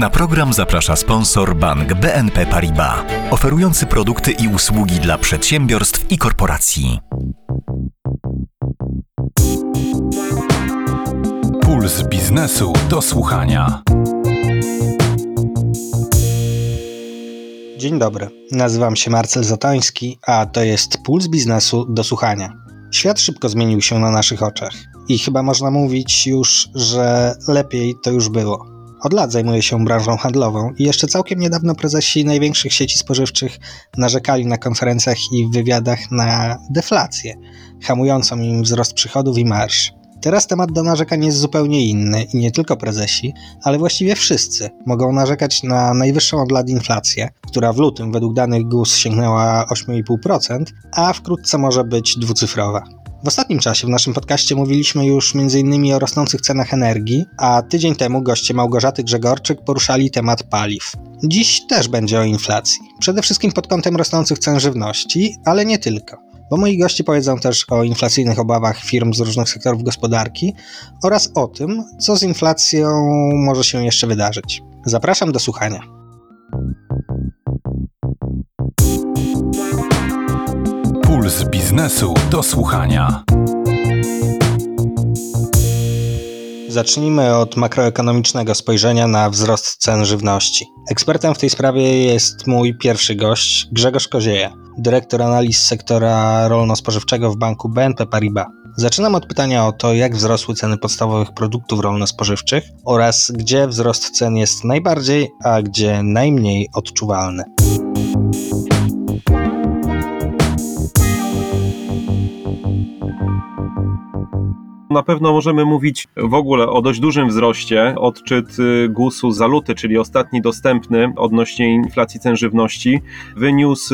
Na program zaprasza sponsor bank BNP Paribas, oferujący produkty i usługi dla przedsiębiorstw i korporacji. Puls biznesu do słuchania. Dzień dobry, nazywam się Marcel Zatoński, a to jest Puls biznesu do słuchania. Świat szybko zmienił się na naszych oczach i chyba można mówić już, że lepiej to już było. Od lat zajmuję się branżą handlową i jeszcze całkiem niedawno prezesi największych sieci spożywczych narzekali na konferencjach i wywiadach na deflację, hamującą im wzrost przychodów i marż. Teraz temat do narzekań jest zupełnie inny i nie tylko prezesi, ale właściwie wszyscy mogą narzekać na najwyższą od lat inflację, która w lutym według danych GUS sięgnęła 8,5%, a wkrótce może być dwucyfrowa. W ostatnim czasie w naszym podcaście mówiliśmy już m.in. o rosnących cenach energii, a tydzień temu goście Małgorzaty Grzegorczyk poruszali temat paliw. Dziś też będzie o inflacji, przede wszystkim pod kątem rosnących cen żywności, ale nie tylko. Bo moi goście powiedzą też o inflacyjnych obawach firm z różnych sektorów gospodarki oraz o tym, co z inflacją może się jeszcze wydarzyć. Zapraszam do słuchania. Puls biznesu do słuchania. Zacznijmy od makroekonomicznego spojrzenia na wzrost cen żywności. Ekspertem w tej sprawie jest mój pierwszy gość, Grzegorz Kozieja, dyrektor analiz sektora rolno-spożywczego w banku BNP Paribas. Zaczynam od pytania o to, jak wzrosły ceny podstawowych produktów rolno-spożywczych oraz gdzie wzrost cen jest najbardziej, a gdzie najmniej odczuwalny. Na pewno możemy mówić w ogóle o dość dużym wzroście. Odczyt GUS-u za luty, czyli ostatni dostępny odnośnie inflacji cen żywności, wyniósł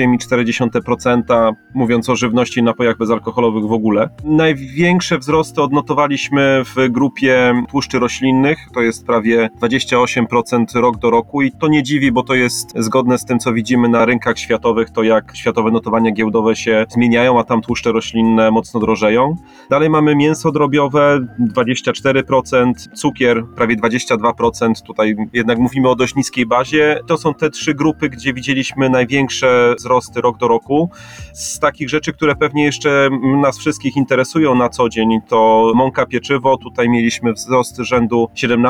8,4%, mówiąc o żywności i napojach bezalkoholowych w ogóle. Największe wzrosty odnotowaliśmy w grupie tłuszczy roślinnych, to jest prawie 28% rok do roku i to nie dziwi, bo to jest zgodne z tym, co widzimy na rynkach światowych, to jak światowe notowania giełdowe się zmieniają, a tam tłuszcze roślinne mocno drożeją. Dalej mamy mięso drobiowe 24%, cukier prawie 22%, tutaj jednak mówimy o dość niskiej bazie. To są te trzy grupy, gdzie widzieliśmy największe wzrosty rok do roku. Z takich rzeczy, które pewnie jeszcze nas wszystkich interesują na co dzień, to mąka, pieczywo, tutaj mieliśmy wzrost rzędu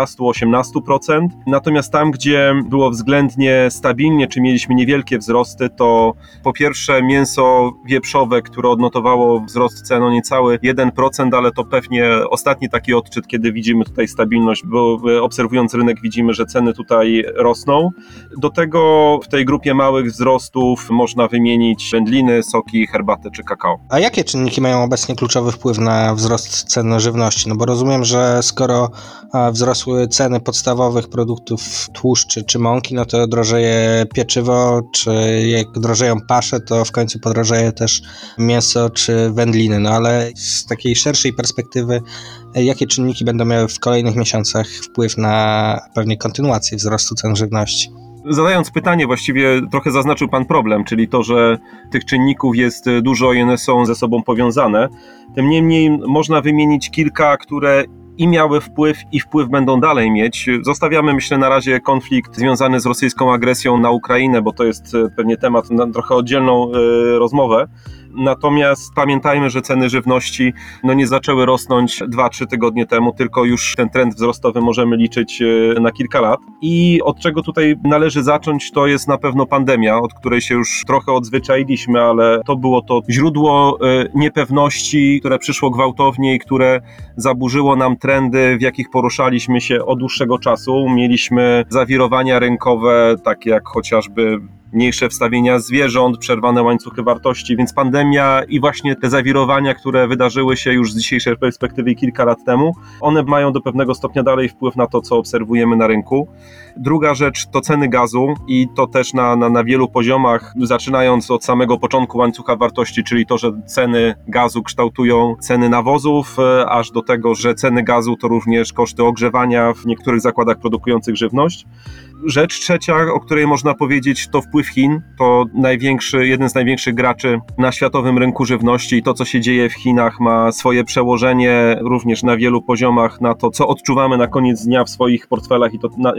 17-18%, natomiast tam, gdzie było względnie stabilnie, czy mieliśmy niewielkie wzrosty, to po pierwsze mięso wieprzowe, które odnotowało wzrost cen o niecały 1%, ale to pewnie ostatni taki odczyt, kiedy widzimy tutaj stabilność, bo obserwując rynek widzimy, że ceny tutaj rosną. Do tego w tej grupie małych wzrostów można wymienić wędliny, soki, herbatę czy kakao. A jakie czynniki mają obecnie kluczowy wpływ na wzrost cen żywności? No bo rozumiem, że skoro wzrosły ceny podstawowych produktów tłuszczy czy mąki, no to drożeje pieczywo, czy jak drożeją pasze, to w końcu podrożeje też mięso czy wędliny. No ale z takiej szerszej perspektywy, jakie czynniki będą miały w kolejnych miesiącach wpływ na pewnie kontynuację wzrostu cen żywności? Zadając pytanie, właściwie trochę zaznaczył Pan problem, czyli to, że tych czynników jest dużo i one są ze sobą powiązane. Tym niemniej można wymienić kilka, które i miały wpływ i wpływ będą dalej mieć. Zostawiamy, myślę, na razie konflikt związany z rosyjską agresją na Ukrainę, bo to jest pewnie temat na trochę oddzielną rozmowę. Natomiast pamiętajmy, że ceny żywności nie zaczęły rosnąć 2-3 tygodnie temu, tylko już ten trend wzrostowy możemy liczyć na kilka lat. I od czego tutaj należy zacząć, to jest na pewno pandemia, od której się już trochę odzwyczailiśmy, ale to było to źródło niepewności, które przyszło gwałtownie i które zaburzyło nam trendy, w jakich poruszaliśmy się od dłuższego czasu. Mieliśmy zawirowania rynkowe, takie jak chociażby mniejsze wstawienia zwierząt, przerwane łańcuchy wartości, więc pandemia i właśnie te zawirowania, które wydarzyły się już z dzisiejszej perspektywy kilka lat temu, one mają do pewnego stopnia dalej wpływ na to, co obserwujemy na rynku. Druga rzecz to ceny gazu i to też na wielu poziomach, zaczynając od samego początku łańcucha wartości, czyli to, że ceny gazu kształtują ceny nawozów, aż do tego, że ceny gazu to również koszty ogrzewania w niektórych zakładach produkujących żywność. Rzecz trzecia, o której można powiedzieć, to wpływ Chin. To jeden z największych graczy na światowym rynku żywności i to, co się dzieje w Chinach, ma swoje przełożenie również na wielu poziomach na to, co odczuwamy na koniec dnia w swoich portfelach i na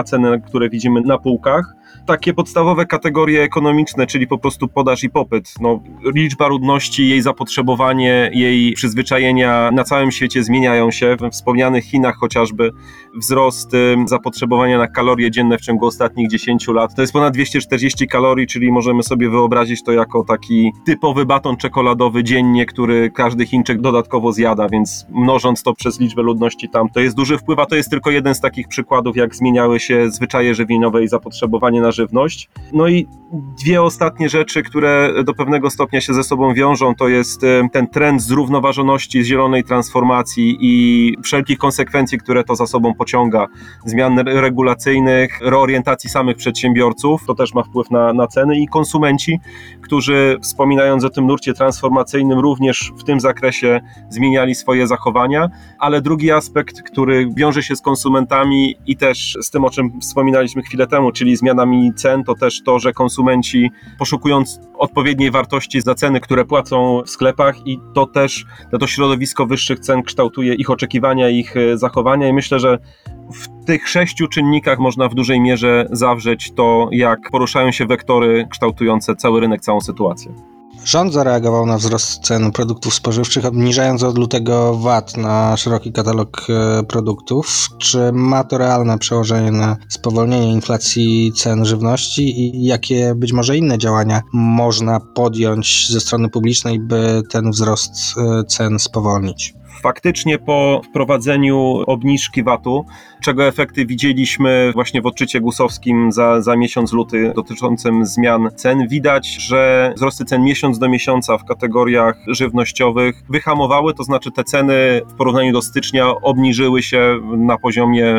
ceny, które widzimy na półkach. Takie podstawowe kategorie ekonomiczne, czyli po prostu podaż i popyt. Liczba ludności, jej zapotrzebowanie, jej przyzwyczajenia na całym świecie zmieniają się. We wspomnianych Chinach chociażby wzrost zapotrzebowania na kalorie dzienne w ciągu ostatnich 10 lat. To jest ponad 240 kalorii, czyli możemy sobie wyobrazić to jako taki typowy baton czekoladowy dziennie, który każdy Chińczyk dodatkowo zjada, więc mnożąc to przez liczbę ludności tam, to jest duży wpływ, a to jest tylko jeden z takich przykładów, jak zmieniały się zwyczaje żywieniowe i zapotrzebowanie na żywność. I dwie ostatnie rzeczy, które do pewnego stopnia się ze sobą wiążą, to jest ten trend zrównoważoności, zielonej transformacji i wszelkich konsekwencji, które to za sobą pociąga. Zmian regulacyjnych, reorientacji samych przedsiębiorców, to też ma wpływ na ceny i konsumenci, którzy wspominając o tym nurcie transformacyjnym również w tym zakresie zmieniali swoje zachowania, ale drugi aspekt, który wiąże się z konsumentami i też z tym, o czym wspominaliśmy chwilę temu, czyli zmianami cen, to też to, że konsumenci poszukując odpowiedniej wartości za ceny, które płacą w sklepach i to też to środowisko wyższych cen kształtuje ich oczekiwania, ich zachowania i myślę, że w tych 6 czynnikach można w dużej mierze zawrzeć to, jak poruszają się wektory kształtujące cały rynek, całą sytuację. Rząd zareagował na wzrost cen produktów spożywczych, obniżając od lutego VAT na szeroki katalog produktów. Czy ma to realne przełożenie na spowolnienie inflacji cen żywności i jakie być może inne działania można podjąć ze strony publicznej, by ten wzrost cen spowolnić? Faktycznie po wprowadzeniu obniżki VAT-u, czego efekty widzieliśmy właśnie w odczycie GUS-owskim za miesiąc luty dotyczącym zmian cen, widać, że wzrosty cen miesiąc do miesiąca w kategoriach żywnościowych wyhamowały, to znaczy te ceny w porównaniu do stycznia obniżyły się na poziomie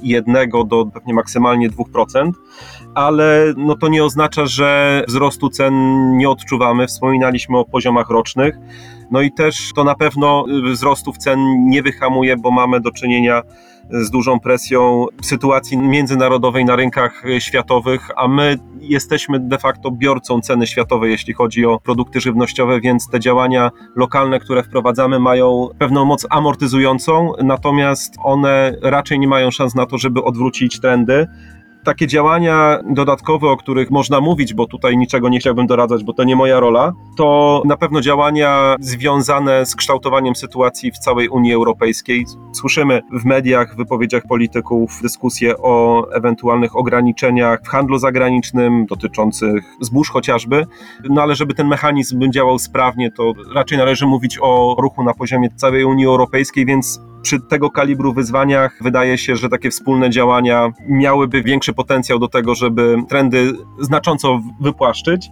1 do pewnie maksymalnie 2%, ale to nie oznacza, że wzrostu cen nie odczuwamy. Wspominaliśmy o poziomach rocznych. I też to na pewno wzrostów cen nie wyhamuje, bo mamy do czynienia z dużą presją sytuacji międzynarodowej na rynkach światowych, a my jesteśmy de facto biorcą ceny światowej, jeśli chodzi o produkty żywnościowe, więc te działania lokalne, które wprowadzamy, mają pewną moc amortyzującą, natomiast one raczej nie mają szans na to, żeby odwrócić trendy. Takie działania dodatkowe, o których można mówić, bo tutaj niczego nie chciałbym doradzać, bo to nie moja rola, to na pewno działania związane z kształtowaniem sytuacji w całej Unii Europejskiej. Słyszymy w mediach, w wypowiedziach polityków dyskusje o ewentualnych ograniczeniach w handlu zagranicznym dotyczących zbóż chociażby, ale żeby ten mechanizm działał sprawnie, to raczej należy mówić o ruchu na poziomie całej Unii Europejskiej, więc przy tego kalibru wyzwaniach wydaje się, że takie wspólne działania miałyby większy potencjał do tego, żeby trendy znacząco wypłaszczyć.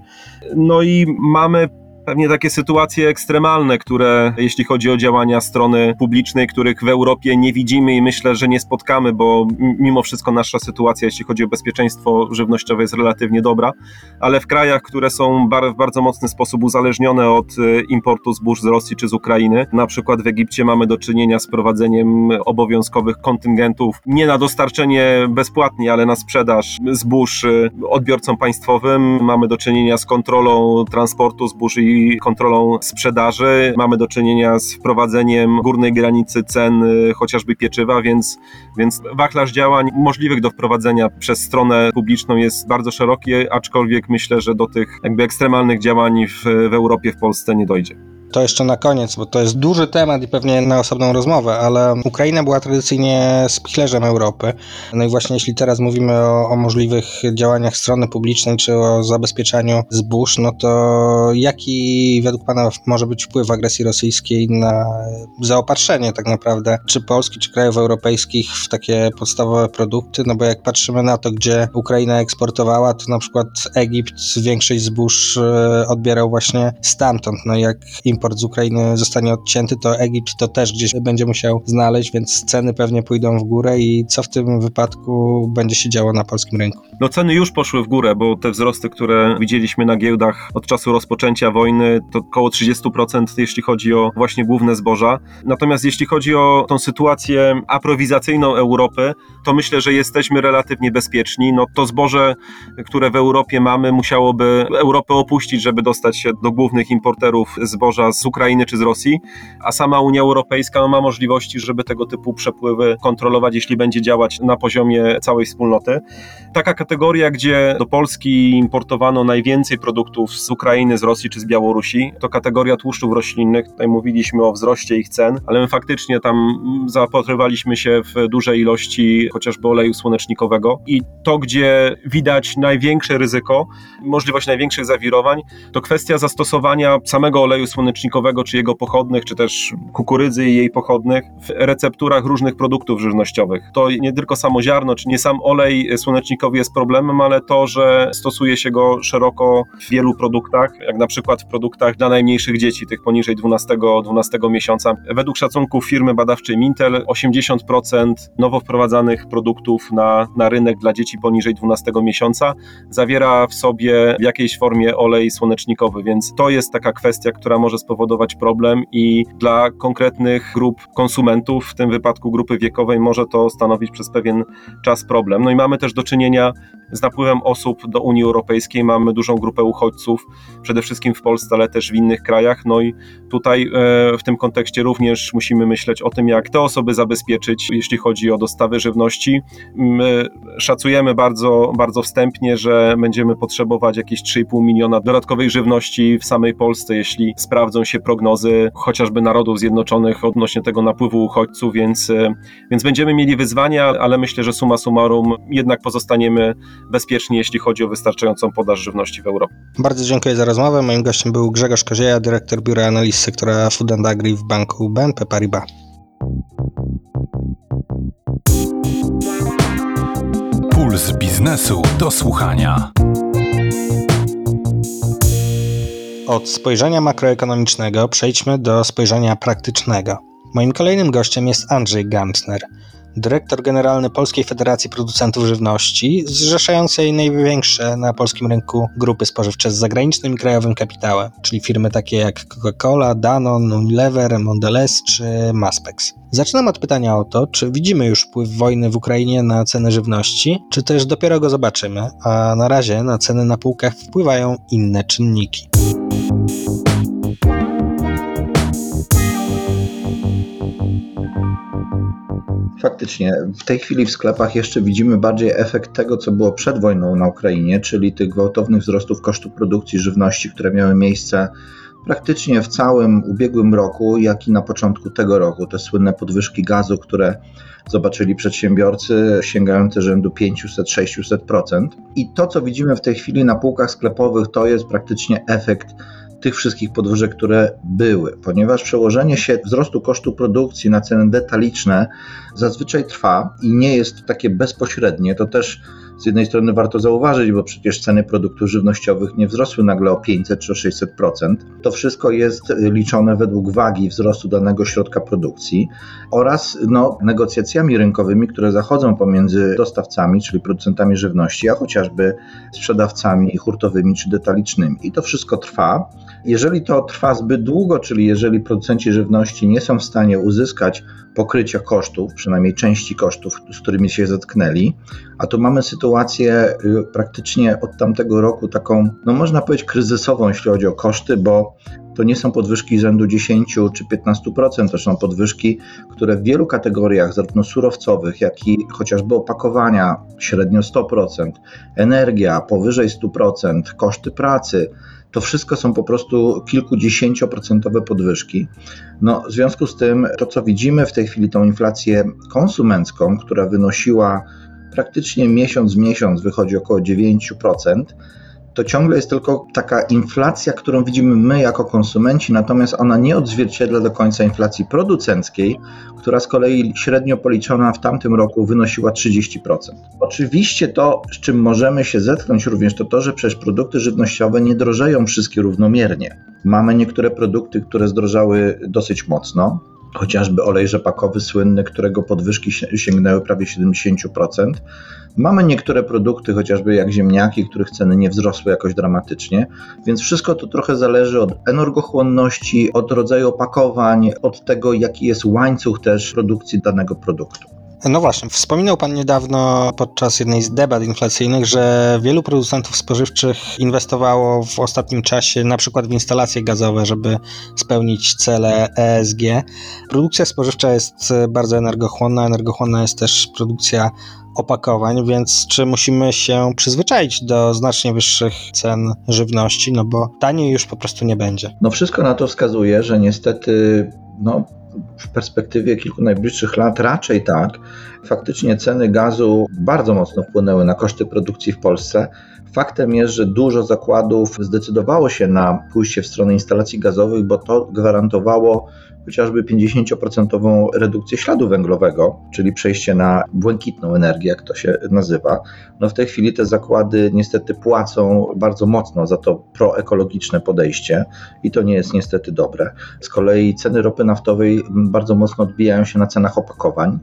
I mamy pewnie takie sytuacje ekstremalne, które jeśli chodzi o działania strony publicznej, których w Europie nie widzimy i myślę, że nie spotkamy, bo mimo wszystko nasza sytuacja, jeśli chodzi o bezpieczeństwo żywnościowe, jest relatywnie dobra, ale w krajach, które są w bardzo mocny sposób uzależnione od importu zbóż z Rosji czy z Ukrainy, na przykład w Egipcie mamy do czynienia z prowadzeniem obowiązkowych kontyngentów nie na dostarczenie bezpłatnie, ale na sprzedaż zbóż odbiorcom państwowym. Mamy do czynienia z kontrolą transportu zbóż i kontrolą sprzedaży. Mamy do czynienia z wprowadzeniem górnej granicy cen chociażby pieczywa, więc wachlarz działań możliwych do wprowadzenia przez stronę publiczną jest bardzo szeroki, aczkolwiek myślę, że do tych ekstremalnych działań w Europie, w Polsce nie dojdzie. To jeszcze na koniec, bo to jest duży temat i pewnie na osobną rozmowę, ale Ukraina była tradycyjnie spichlerzem Europy. I właśnie jeśli teraz mówimy o możliwych działaniach strony publicznej czy o zabezpieczaniu zbóż, to jaki według Pana może być wpływ agresji rosyjskiej na zaopatrzenie tak naprawdę czy Polski, czy krajów europejskich w takie podstawowe produkty? Bo jak patrzymy na to, gdzie Ukraina eksportowała, to na przykład Egipt większość zbóż odbierał właśnie stamtąd. Jak import z Ukrainy zostanie odcięty, to Egipt to też gdzieś będzie musiał znaleźć, więc ceny pewnie pójdą w górę i co w tym wypadku będzie się działo na polskim rynku? No ceny już poszły w górę, bo te wzrosty, które widzieliśmy na giełdach od czasu rozpoczęcia wojny, to około 30%, jeśli chodzi o właśnie główne zboża. Natomiast jeśli chodzi o tą sytuację aprowizacyjną Europy, to myślę, że jesteśmy relatywnie bezpieczni. No to zboże, które w Europie mamy, musiałoby Europę opuścić, żeby dostać się do głównych importerów zboża z Ukrainy czy z Rosji, a sama Unia Europejska ma możliwości, żeby tego typu przepływy kontrolować, jeśli będzie działać na poziomie całej wspólnoty. Taka kategoria, gdzie do Polski importowano najwięcej produktów z Ukrainy, z Rosji czy z Białorusi, to kategoria tłuszczów roślinnych. Tutaj mówiliśmy o wzroście ich cen, ale my faktycznie tam zaopatrywaliśmy się w dużej ilości chociażby oleju słonecznikowego i to, gdzie widać największe ryzyko, możliwość największych zawirowań, to kwestia zastosowania samego oleju słonecznikowego, czy jego pochodnych, czy też kukurydzy i jej pochodnych w recepturach różnych produktów żywnościowych. To nie tylko samo ziarno, czy nie sam olej słonecznikowy jest problemem, ale to, że stosuje się go szeroko w wielu produktach, jak na przykład w produktach dla najmniejszych dzieci, tych poniżej 12 miesiąca. Według szacunków firmy badawczej Mintel 80% nowo wprowadzanych produktów na rynek dla dzieci poniżej 12 miesiąca zawiera w sobie w jakiejś formie olej słonecznikowy, więc to jest taka kwestia, która może spowodować problem i dla konkretnych grup konsumentów, w tym wypadku grupy wiekowej, może to stanowić przez pewien czas problem. No i mamy też do czynienia z napływem osób do Unii Europejskiej, mamy dużą grupę uchodźców, przede wszystkim w Polsce, ale też w innych krajach, no i tutaj w tym kontekście również musimy myśleć o tym, jak te osoby zabezpieczyć, jeśli chodzi o dostawy żywności. My szacujemy bardzo, bardzo wstępnie, że będziemy potrzebować jakieś 3,5 miliona dodatkowej żywności w samej Polsce, jeśli sprawdzą się prognozy chociażby Narodów Zjednoczonych odnośnie tego napływu uchodźców, więc będziemy mieli wyzwania, ale myślę, że summa summarum jednak pozostaniemy bezpieczni, jeśli chodzi o wystarczającą podaż żywności w Europie. Bardzo dziękuję za rozmowę. Moim gościem był Grzegorz Kozieja, dyrektor Biura Analiz Sektora Food and Agri w banku BNP Paribas. Puls biznesu do słuchania. Od spojrzenia makroekonomicznego przejdźmy do spojrzenia praktycznego. Moim kolejnym gościem jest Andrzej Gantner, dyrektor generalny Polskiej Federacji Producentów Żywności, zrzeszającej największe na polskim rynku grupy spożywcze z zagranicznym i krajowym kapitałem, czyli firmy takie jak Coca-Cola, Danone, Unilever, Mondelez czy Maspex. Zaczynam od pytania o to, czy widzimy już wpływ wojny w Ukrainie na ceny żywności, czy też dopiero go zobaczymy, a na razie na ceny na półkach wpływają inne czynniki. Faktycznie, w tej chwili w sklepach jeszcze widzimy bardziej efekt tego, co było przed wojną na Ukrainie, czyli tych gwałtownych wzrostów kosztu produkcji żywności, które miały miejsce praktycznie w całym ubiegłym roku, jak i na początku tego roku. Te słynne podwyżki gazu, które zobaczyli przedsiębiorcy, sięgające rzędu 500-600%. I to, co widzimy w tej chwili na półkach sklepowych, to jest praktycznie efekt tych wszystkich podwyżek, które były, ponieważ przełożenie się wzrostu kosztu produkcji na ceny detaliczne zazwyczaj trwa i nie jest takie bezpośrednie. To też z jednej strony warto zauważyć, bo przecież ceny produktów żywnościowych nie wzrosły nagle o 500 czy o 600%. To wszystko jest liczone według wagi wzrostu danego środka produkcji oraz negocjacjami rynkowymi, które zachodzą pomiędzy dostawcami, czyli producentami żywności, a chociażby sprzedawcami hurtowymi czy detalicznymi. I to wszystko trwa. Jeżeli to trwa zbyt długo, czyli jeżeli producenci żywności nie są w stanie uzyskać pokrycia kosztów, przynajmniej części kosztów, z którymi się zetknęli, a tu mamy sytuację praktycznie od tamtego roku taką, można powiedzieć kryzysową, jeśli chodzi o koszty, bo to nie są podwyżki rzędu 10 czy 15%, to są podwyżki, które w wielu kategoriach, zarówno surowcowych, jak i chociażby opakowania średnio 100%, energia powyżej 100%, koszty pracy, to wszystko są po prostu kilkudziesięcioprocentowe podwyżki. W związku z tym to, co widzimy w tej chwili, tą inflację konsumencką, która wynosiła praktycznie miesiąc w miesiąc, wychodzi około 9%, to ciągle jest tylko taka inflacja, którą widzimy my jako konsumenci, natomiast ona nie odzwierciedla do końca inflacji producenckiej, która z kolei średnio policzona w tamtym roku wynosiła 30%. Oczywiście to, z czym możemy się zetknąć również, to, że przecież produkty żywnościowe nie drożeją wszystkie równomiernie. Mamy niektóre produkty, które zdrożały dosyć mocno, chociażby olej rzepakowy słynny, którego podwyżki sięgnęły prawie 70%. Mamy niektóre produkty, chociażby jak ziemniaki, których ceny nie wzrosły jakoś dramatycznie, więc wszystko to trochę zależy od energochłonności, od rodzaju opakowań, od tego, jaki jest łańcuch też produkcji danego produktu. No właśnie, wspominał Pan niedawno podczas jednej z debat inflacyjnych, że wielu producentów spożywczych inwestowało w ostatnim czasie na przykład w instalacje gazowe, żeby spełnić cele ESG. Produkcja spożywcza jest bardzo energochłonna jest też produkcja opakowań, więc czy musimy się przyzwyczaić do znacznie wyższych cen żywności, no bo taniej już po prostu nie będzie? No wszystko na to wskazuje, że niestety w perspektywie kilku najbliższych lat raczej tak. Faktycznie ceny gazu bardzo mocno wpłynęły na koszty produkcji w Polsce. Faktem jest, że dużo zakładów zdecydowało się na pójście w stronę instalacji gazowych, bo to gwarantowało chociażby 50% redukcję śladu węglowego, czyli przejście na błękitną energię, jak to się nazywa. No w tej chwili te zakłady niestety płacą bardzo mocno za to proekologiczne podejście i to nie jest niestety dobre. Z kolei ceny ropy naftowej bardzo mocno odbijają się na cenach opakowań,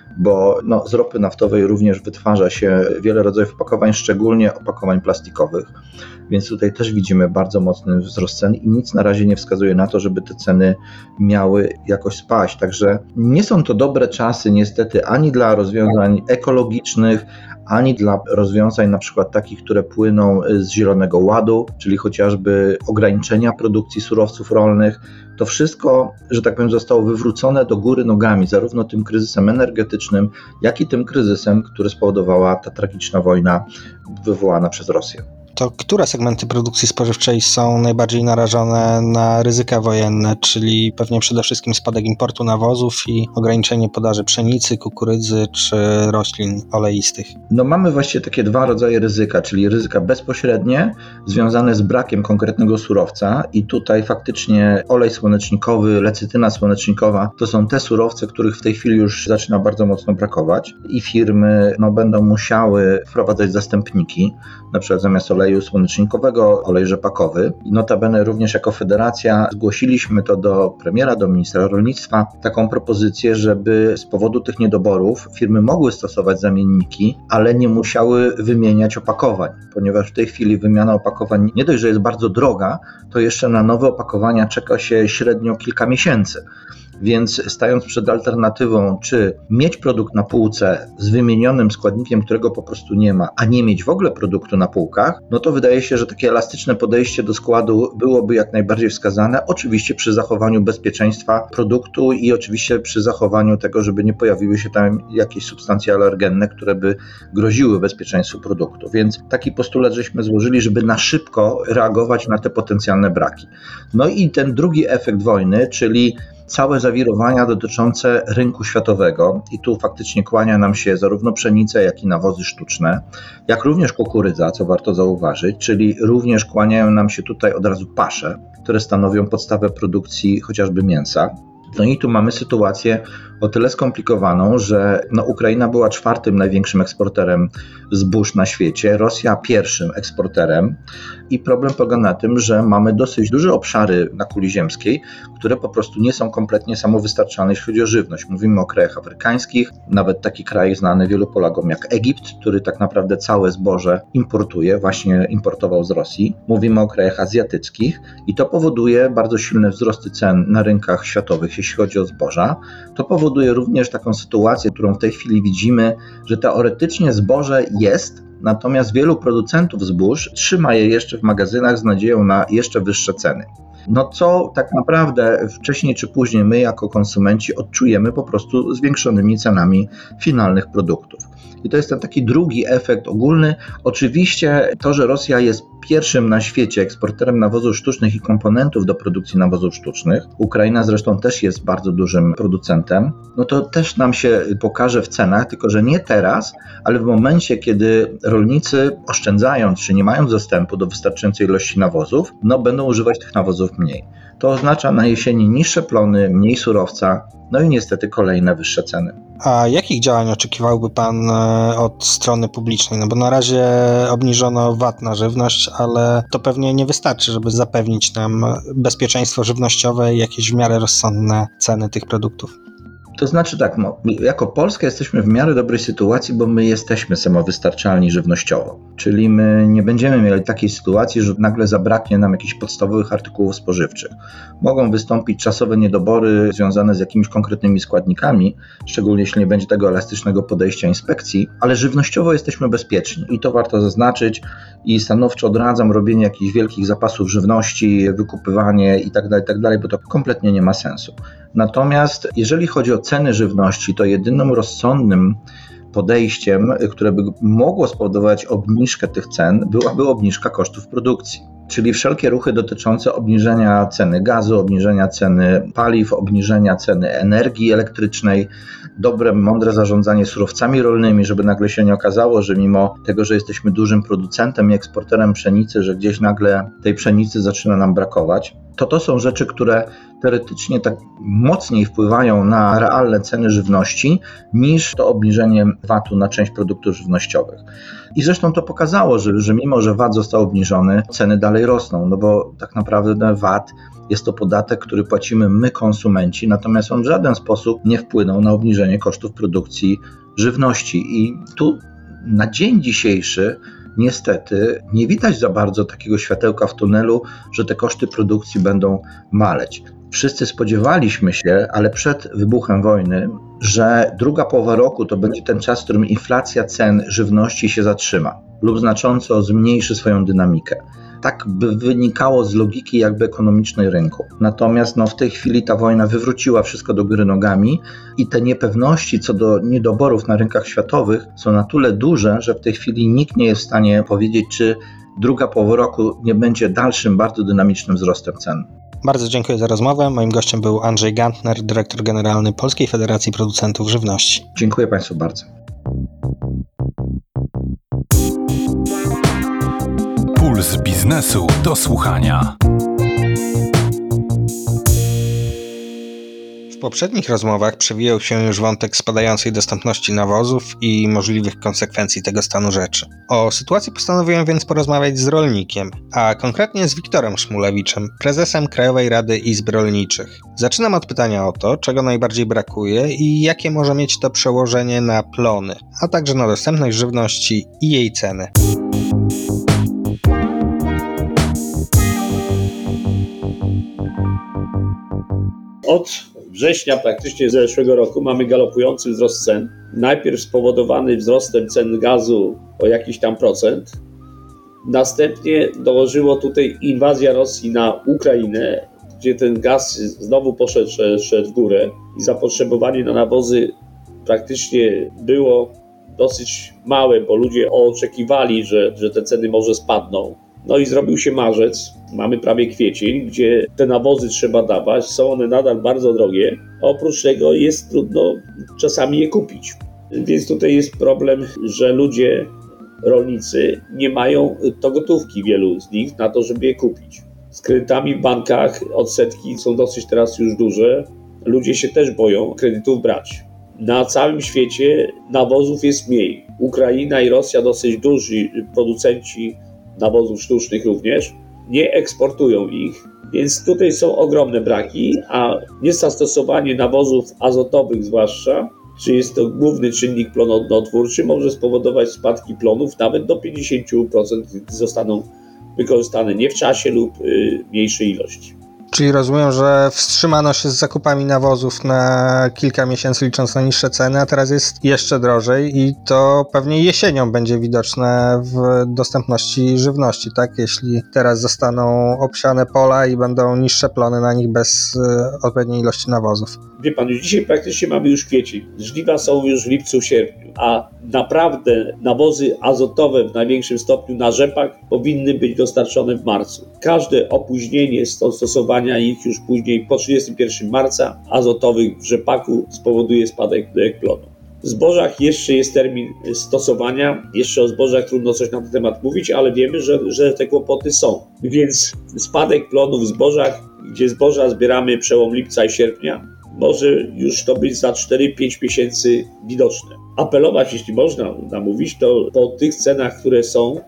bo z ropy naftowej również wytwarza się wiele rodzajów opakowań, szczególnie opakowań plastikowych, więc tutaj też widzimy bardzo mocny wzrost cen i nic na razie nie wskazuje na to, żeby te ceny miały jakoś spaść. Także nie są to dobre czasy niestety ani dla rozwiązań ekologicznych, ani dla rozwiązań na przykład takich, które płyną z Zielonego Ładu, czyli chociażby ograniczenia produkcji surowców rolnych. To wszystko, że tak powiem, zostało wywrócone do góry nogami, zarówno tym kryzysem energetycznym, jak i tym kryzysem, który spowodowała ta tragiczna wojna wywołana przez Rosję. To które segmenty produkcji spożywczej są najbardziej narażone na ryzyka wojenne, czyli pewnie przede wszystkim spadek importu nawozów i ograniczenie podaży pszenicy, kukurydzy czy roślin oleistych? Mamy właściwie takie dwa rodzaje ryzyka, czyli ryzyka bezpośrednie związane z brakiem konkretnego surowca i tutaj faktycznie olej słonecznikowy, lecytyna słonecznikowa to są te surowce, których w tej chwili już zaczyna bardzo mocno brakować i firmy będą musiały wprowadzać zastępniki, na przykład zamiast oleju słonecznikowego, olej rzepakowy. I notabene również jako federacja zgłosiliśmy to do premiera, do ministra rolnictwa, taką propozycję, żeby z powodu tych niedoborów firmy mogły stosować zamienniki, ale nie musiały wymieniać opakowań, ponieważ w tej chwili wymiana opakowań nie dość, że jest bardzo droga, to jeszcze na nowe opakowania czeka się średnio kilka miesięcy. Więc stając przed alternatywą, czy mieć produkt na półce z wymienionym składnikiem, którego po prostu nie ma, a nie mieć w ogóle produktu na półkach, to wydaje się, że takie elastyczne podejście do składu byłoby jak najbardziej wskazane, oczywiście przy zachowaniu bezpieczeństwa produktu i oczywiście przy zachowaniu tego, żeby nie pojawiły się tam jakieś substancje alergenne, które by groziły bezpieczeństwu produktu. Więc taki postulat żeśmy złożyli, żeby na szybko reagować na te potencjalne braki. I ten drugi efekt wojny, czyli całe zawirowania dotyczące rynku światowego i tu faktycznie kłania nam się zarówno pszenica, jak i nawozy sztuczne, jak również kukurydza, co warto zauważyć, czyli również kłaniają nam się tutaj od razu pasze, które stanowią podstawę produkcji chociażby mięsa. I tu mamy sytuację o tyle skomplikowaną, że Ukraina była czwartym największym eksporterem zbóż na świecie, Rosja pierwszym eksporterem i problem polega na tym, że mamy dosyć duże obszary na kuli ziemskiej, które po prostu nie są kompletnie samowystarczalne, jeśli chodzi o żywność. Mówimy o krajach afrykańskich, nawet taki kraj znany wielu Polakom jak Egipt, który tak naprawdę całe zboże importuje, właśnie importował z Rosji. Mówimy o krajach azjatyckich i to powoduje bardzo silne wzrosty cen na rynkach światowych, jeśli chodzi o zboża. To powoduje również taką sytuację, którą w tej chwili widzimy, że teoretycznie zboże jest, natomiast wielu producentów zbóż trzyma je jeszcze w magazynach z nadzieją na jeszcze wyższe ceny. Co tak naprawdę wcześniej czy później my jako konsumenci odczujemy po prostu zwiększonymi cenami finalnych produktów. I to jest ten taki drugi efekt ogólny. Oczywiście to, że Rosja jest pierwszym na świecie eksporterem nawozów sztucznych i komponentów do produkcji nawozów sztucznych, Ukraina zresztą też jest bardzo dużym producentem, to też nam się pokaże w cenach, tylko że nie teraz, ale w momencie, kiedy rolnicy oszczędzając czy nie mając dostępu do wystarczającej ilości nawozów, będą używać tych nawozów mniej. To oznacza na jesieni niższe plony, mniej surowca, i niestety kolejne wyższe ceny. A jakich działań oczekiwałby Pan od strony publicznej? Bo na razie obniżono VAT na żywność, żywność, ale to pewnie nie wystarczy, żeby zapewnić nam bezpieczeństwo żywnościowe i jakieś w miarę rozsądne ceny tych produktów. To znaczy tak, jako Polska jesteśmy w miarę dobrej sytuacji, bo my jesteśmy samowystarczalni żywnościowo. Czyli my nie będziemy mieli takiej sytuacji, że nagle zabraknie nam jakichś podstawowych artykułów spożywczych. Mogą wystąpić czasowe niedobory związane z jakimiś konkretnymi składnikami, szczególnie jeśli nie będzie tego elastycznego podejścia inspekcji, ale żywnościowo jesteśmy bezpieczni i to warto zaznaczyć i stanowczo odradzam robienie jakichś wielkich zapasów żywności, wykupywanie itd., bo to kompletnie nie ma sensu. Natomiast jeżeli chodzi o ceny żywności, to jedynym rozsądnym podejściem, które by mogło spowodować obniżkę tych cen, byłaby obniżka kosztów produkcji. Czyli wszelkie ruchy dotyczące obniżenia ceny gazu, obniżenia ceny paliw, obniżenia ceny energii elektrycznej, dobre, mądre zarządzanie surowcami rolnymi, żeby nagle się nie okazało, że mimo tego, że jesteśmy dużym producentem i eksporterem pszenicy, że gdzieś nagle tej pszenicy zaczyna nam brakować. To są rzeczy, które teoretycznie tak mocniej wpływają na realne ceny żywności niż to obniżenie VAT-u na część produktów żywnościowych. I zresztą to pokazało, że mimo, że VAT został obniżony, ceny dalej rosną, no bo tak naprawdę VAT jest to podatek, który płacimy my, konsumenci, natomiast on w żaden sposób nie wpłynął na obniżenie kosztów produkcji żywności. I tu na dzień dzisiejszy niestety nie widać za bardzo takiego światełka w tunelu, że te koszty produkcji będą maleć. Wszyscy spodziewaliśmy się, ale przed wybuchem wojny, że druga połowa roku to będzie ten czas, w którym inflacja cen żywności się zatrzyma lub znacząco zmniejszy swoją dynamikę. Tak by wynikało z logiki jakby ekonomicznej rynku. Natomiast w tej chwili ta wojna wywróciła wszystko do góry nogami i te niepewności co do niedoborów na rynkach światowych są na tyle duże, że w tej chwili nikt nie jest w stanie powiedzieć, czy druga połowa roku nie będzie dalszym, bardzo dynamicznym wzrostem cen. Bardzo dziękuję za rozmowę. Moim gościem był Andrzej Gantner, dyrektor generalny Polskiej Federacji Producentów Żywności. Dziękuję Państwu bardzo. Puls biznesu do słuchania. W poprzednich rozmowach przewijał się już wątek spadającej dostępności nawozów i możliwych konsekwencji tego stanu rzeczy. O sytuacji postanowiłem więc porozmawiać z rolnikiem, a konkretnie z Wiktorem Szmulewiczem, prezesem Krajowej Rady Izb Rolniczych. Zaczynam od pytania o to, czego najbardziej brakuje i jakie może mieć to przełożenie na plony, a także na dostępność żywności i jej ceny. Od września praktycznie zeszłego roku mamy galopujący wzrost cen. Najpierw spowodowany wzrostem cen gazu o jakiś tam procent. Następnie dołożyło tutaj inwazja Rosji na Ukrainę, gdzie ten gaz znowu poszedł w górę i zapotrzebowanie na nawozy praktycznie było dosyć małe, bo ludzie oczekiwali, że te ceny może spadną. No i zrobił się marzec, mamy prawie kwiecień, gdzie te nawozy trzeba dawać, są one nadal bardzo drogie, a oprócz tego jest trudno czasami je kupić. Więc tutaj jest problem, że ludzie, rolnicy nie mają to gotówki, wielu z nich, na to, żeby je kupić. Z kredytami w bankach odsetki są dosyć teraz już duże, ludzie się też boją kredytów brać. Na całym świecie nawozów jest mniej. Ukraina i Rosja, dosyć duży producenci nawozów sztucznych również, nie eksportują ich, więc tutaj są ogromne braki, a niezastosowanie nawozów azotowych zwłaszcza, czy jest to główny czynnik plonotwórczy, może spowodować spadki plonów nawet do 50%, gdy zostaną wykorzystane nie w czasie lub mniejszej ilości. Czyli rozumiem, że wstrzymano się z zakupami nawozów na kilka miesięcy, licząc na niższe ceny, a teraz jest jeszcze drożej i to pewnie jesienią będzie widoczne w dostępności żywności, tak? Jeśli teraz zostaną obsiane pola i będą niższe plony na nich bez odpowiedniej ilości nawozów. Wie pan, już dzisiaj praktycznie mamy już kwiecień. Żniwa są już w lipcu, sierpniu, a naprawdę nawozy azotowe w największym stopniu na rzepak powinny być dostarczone w marcu. Każde opóźnienie stosowania ich już później po 31 marca azotowych w rzepaku spowoduje spadek plonu. W zbożach jeszcze jest termin stosowania, jeszcze o zbożach trudno coś na ten temat mówić, ale wiemy, że te kłopoty są. Więc spadek plonu w zbożach, gdzie zboża zbieramy przełom lipca i sierpnia, może już to być za 4-5 miesięcy widoczne. Apelować, jeśli można namówić, to po tych cenach, które są,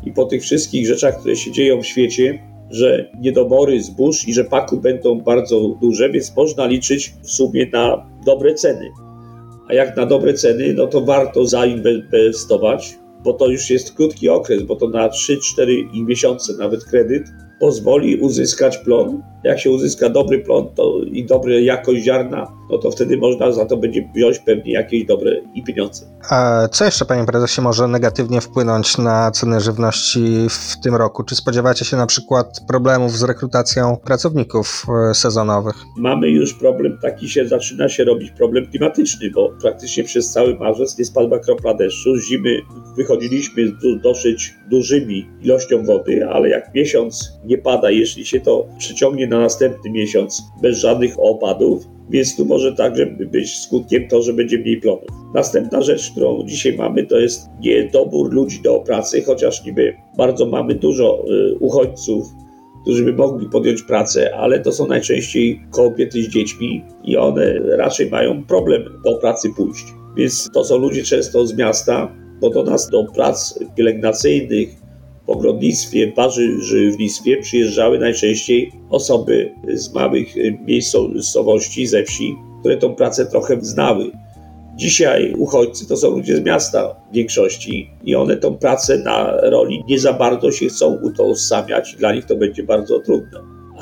i po tych wszystkich rzeczach, które się dzieją w świecie, że niedobory zbóż i rzepaku będą bardzo duże, więc można liczyć w sumie na dobre ceny. A jak na dobre ceny, no to warto zainwestować, bo to już jest krótki okres, bo to na 3-4 miesiące nawet kredyt pozwoli uzyskać plon. Jak się uzyska dobry plon i dobra jakość ziarna, no to wtedy można za to będzie wziąć pewnie jakieś dobre i pieniądze. A co jeszcze, panie prezesie, może negatywnie wpłynąć na ceny żywności w tym roku? Czy spodziewacie się na przykład problemów z rekrutacją pracowników sezonowych? Mamy już problem taki, zaczyna się robić problem klimatyczny, bo praktycznie przez cały marzec nie spadła kropla deszczu. Z zimy wychodziliśmy z dosyć dużymi ilością wody, ale jak miesiąc nie pada, jeśli się to przeciągnie na następny miesiąc bez żadnych opadów, więc tu może także być skutkiem to, że będzie mniej plonów. Następna rzecz, którą dzisiaj mamy, to jest niedobór ludzi do pracy, chociaż niby bardzo mamy dużo uchodźców, którzy by mogli podjąć pracę, ale to są najczęściej kobiety z dziećmi i one raczej mają problem do pracy pójść. Więc to są ludzie często z miasta, bo do nas do prac pielęgnacyjnych, w ogrodnictwie, warzywnictwie przyjeżdżały najczęściej osoby z małych miejscowości, ze wsi, które tą pracę trochę znały. Dzisiaj uchodźcy to są ludzie z miasta w większości i one tą pracę na roli nie za bardzo się chcą utożsamiać i dla nich to będzie bardzo trudne.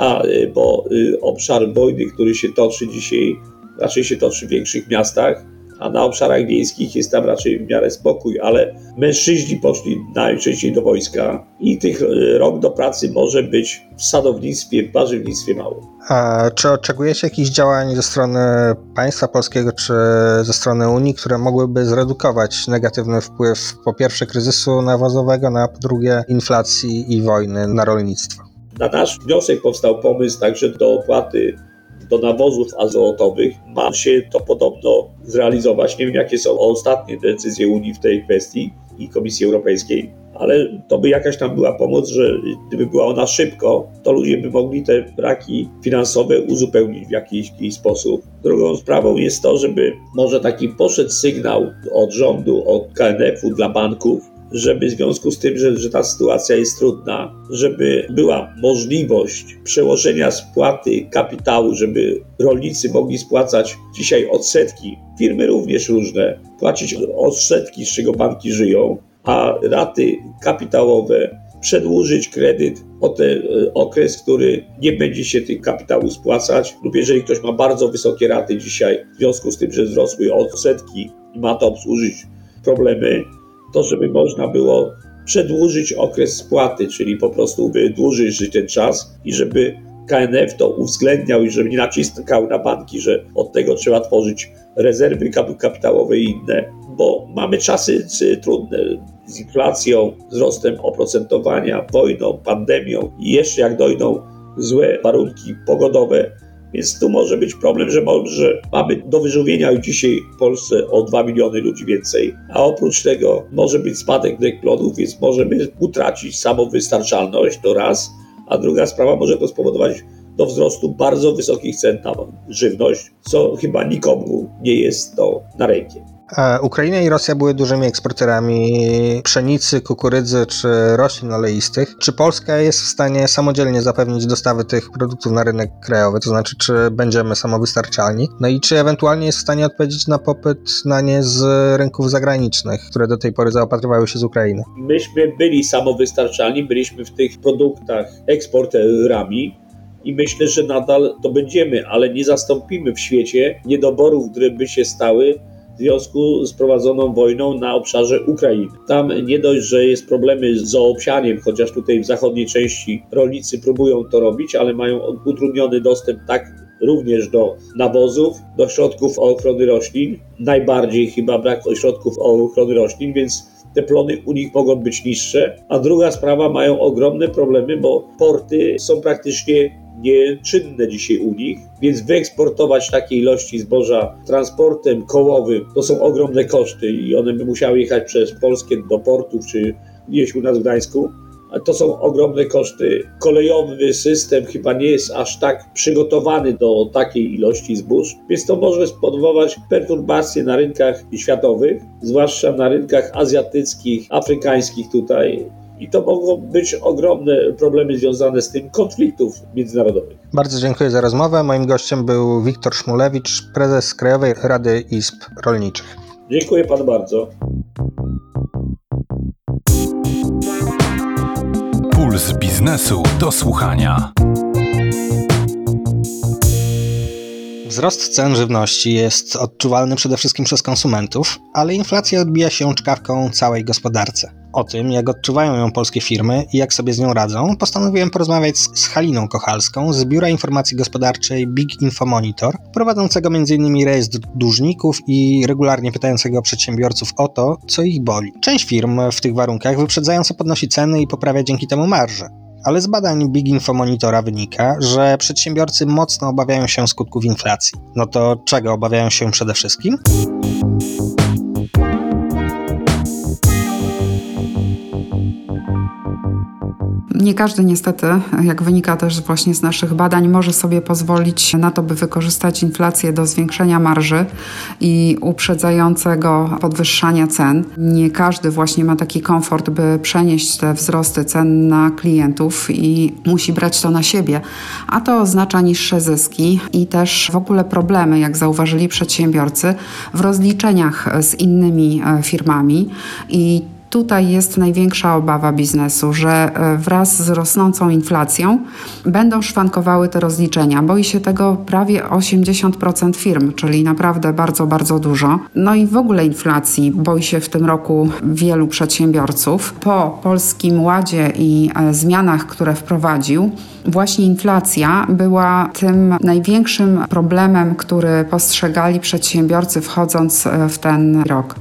Bo obszar wojny, który się toczy dzisiaj, raczej się toczy w większych miastach, a na obszarach wiejskich jest tam raczej w miarę spokój, ale mężczyźni poszli najczęściej do wojska i tych rąk do pracy może być w sadownictwie, w warzywnictwie mało. A czy oczekujecie jakichś działań ze strony państwa polskiego czy ze strony Unii, które mogłyby zredukować negatywny wpływ po pierwsze kryzysu nawozowego, a po drugie inflacji i wojny na rolnictwo? Na nasz wniosek powstał pomysł także do opłaty do nawozów azotowych. Ma się to podobno zrealizować. Nie wiem, jakie są ostatnie decyzje Unii w tej kwestii i Komisji Europejskiej, ale to by jakaś tam była pomoc, że gdyby była ona szybko, to ludzie by mogli te braki finansowe uzupełnić w jakiś sposób. Drugą sprawą jest to, żeby może taki poszedł sygnał od rządu, od KNF-u dla banków, żeby w związku z tym, że ta sytuacja jest trudna, żeby była możliwość przełożenia spłaty kapitału, żeby rolnicy mogli spłacać dzisiaj odsetki, firmy również różne, płacić odsetki, z czego banki żyją, a raty kapitałowe przedłużyć kredyt o ten okres, który nie będzie się tych kapitału spłacać, lub jeżeli ktoś ma bardzo wysokie raty dzisiaj, w związku z tym, że wzrosły odsetki i ma to obsłużyć problemy, to żeby można było przedłużyć okres spłaty, czyli po prostu wydłużyć ten czas i żeby KNF to uwzględniał i żeby nie naciskał na banki, że od tego trzeba tworzyć rezerwy kapitałowe i inne, bo mamy czasy trudne z inflacją, wzrostem oprocentowania, wojną, pandemią i jeszcze jak dojdą złe warunki pogodowe, więc tu może być problem, że mamy do wyżywienia już dzisiaj w Polsce o 2 miliony ludzi więcej, a oprócz tego może być spadek plonów, więc możemy utracić samowystarczalność, to raz, a druga sprawa może to spowodować do wzrostu bardzo wysokich cen na żywność, co chyba nikomu nie jest to na rękę. Ukraina i Rosja były dużymi eksporterami pszenicy, kukurydzy czy roślin oleistych. Czy Polska jest w stanie samodzielnie zapewnić dostawy tych produktów na rynek krajowy, to znaczy czy będziemy samowystarczalni? No i czy ewentualnie jest w stanie odpowiedzieć na popyt na nie z rynków zagranicznych, które do tej pory zaopatrywały się z Ukrainy? Myśmy byli samowystarczalni, byliśmy w tych produktach eksporterami i myślę, że nadal to będziemy, ale nie zastąpimy w świecie niedoborów, które by się stały w związku z prowadzoną wojną na obszarze Ukrainy. Tam nie dość, że jest problemy z zaobsianiem, chociaż tutaj w zachodniej części rolnicy próbują to robić, ale mają utrudniony dostęp również do nawozów, do środków ochrony roślin. Najbardziej chyba brak środków ochrony roślin, więc te plony u nich mogą być niższe. A druga sprawa, mają ogromne problemy, bo porty są praktycznie nieczynne dzisiaj u nich, więc wyeksportować takiej ilości zboża transportem kołowym to są ogromne koszty i one by musiały jechać przez Polskę do portów czy gdzieś u nas w Gdańsku. A to są ogromne koszty. Kolejowy system chyba nie jest aż tak przygotowany do takiej ilości zbóż, więc to może spowodować perturbacje na rynkach światowych, zwłaszcza na rynkach azjatyckich, afrykańskich tutaj i to mogą być ogromne problemy związane z tym konfliktów międzynarodowych. Bardzo dziękuję za rozmowę. Moim gościem był Wiktor Szmulewicz, prezes Krajowej Rady Izb Rolniczych. Dziękuję panu bardzo. Puls biznesu do słuchania. Wzrost cen żywności jest odczuwalny przede wszystkim przez konsumentów, ale inflacja odbija się czkawką całej gospodarce. O tym, jak odczuwają ją polskie firmy i jak sobie z nią radzą, postanowiłem porozmawiać z Haliną Kochalską z Biura Informacji Gospodarczej Big Info Monitor, prowadzącego m.in. rejestr dłużników i regularnie pytającego przedsiębiorców o to, co ich boli. Część firm w tych warunkach wyprzedzająco podnosi ceny i poprawia dzięki temu marże. Ale z badań Big Info Monitora wynika, że przedsiębiorcy mocno obawiają się skutków inflacji. No to czego obawiają się przede wszystkim? Nie każdy niestety, jak wynika też właśnie z naszych badań, może sobie pozwolić na to, by wykorzystać inflację do zwiększenia marży i uprzedzającego podwyższania cen. Nie każdy właśnie ma taki komfort, by przenieść te wzrosty cen na klientów i musi brać to na siebie, a to oznacza niższe zyski i też w ogóle problemy, jak zauważyli przedsiębiorcy, w rozliczeniach z innymi firmami i tutaj jest największa obawa biznesu, że wraz z rosnącą inflacją będą szwankowały te rozliczenia. Boi się tego prawie 80% firm, czyli naprawdę bardzo, bardzo dużo. No i w ogóle inflacji boi się w tym roku wielu przedsiębiorców. Po Polskim Ładzie i zmianach, które wprowadził, właśnie inflacja była tym największym problemem, który postrzegali przedsiębiorcy wchodząc w ten rok.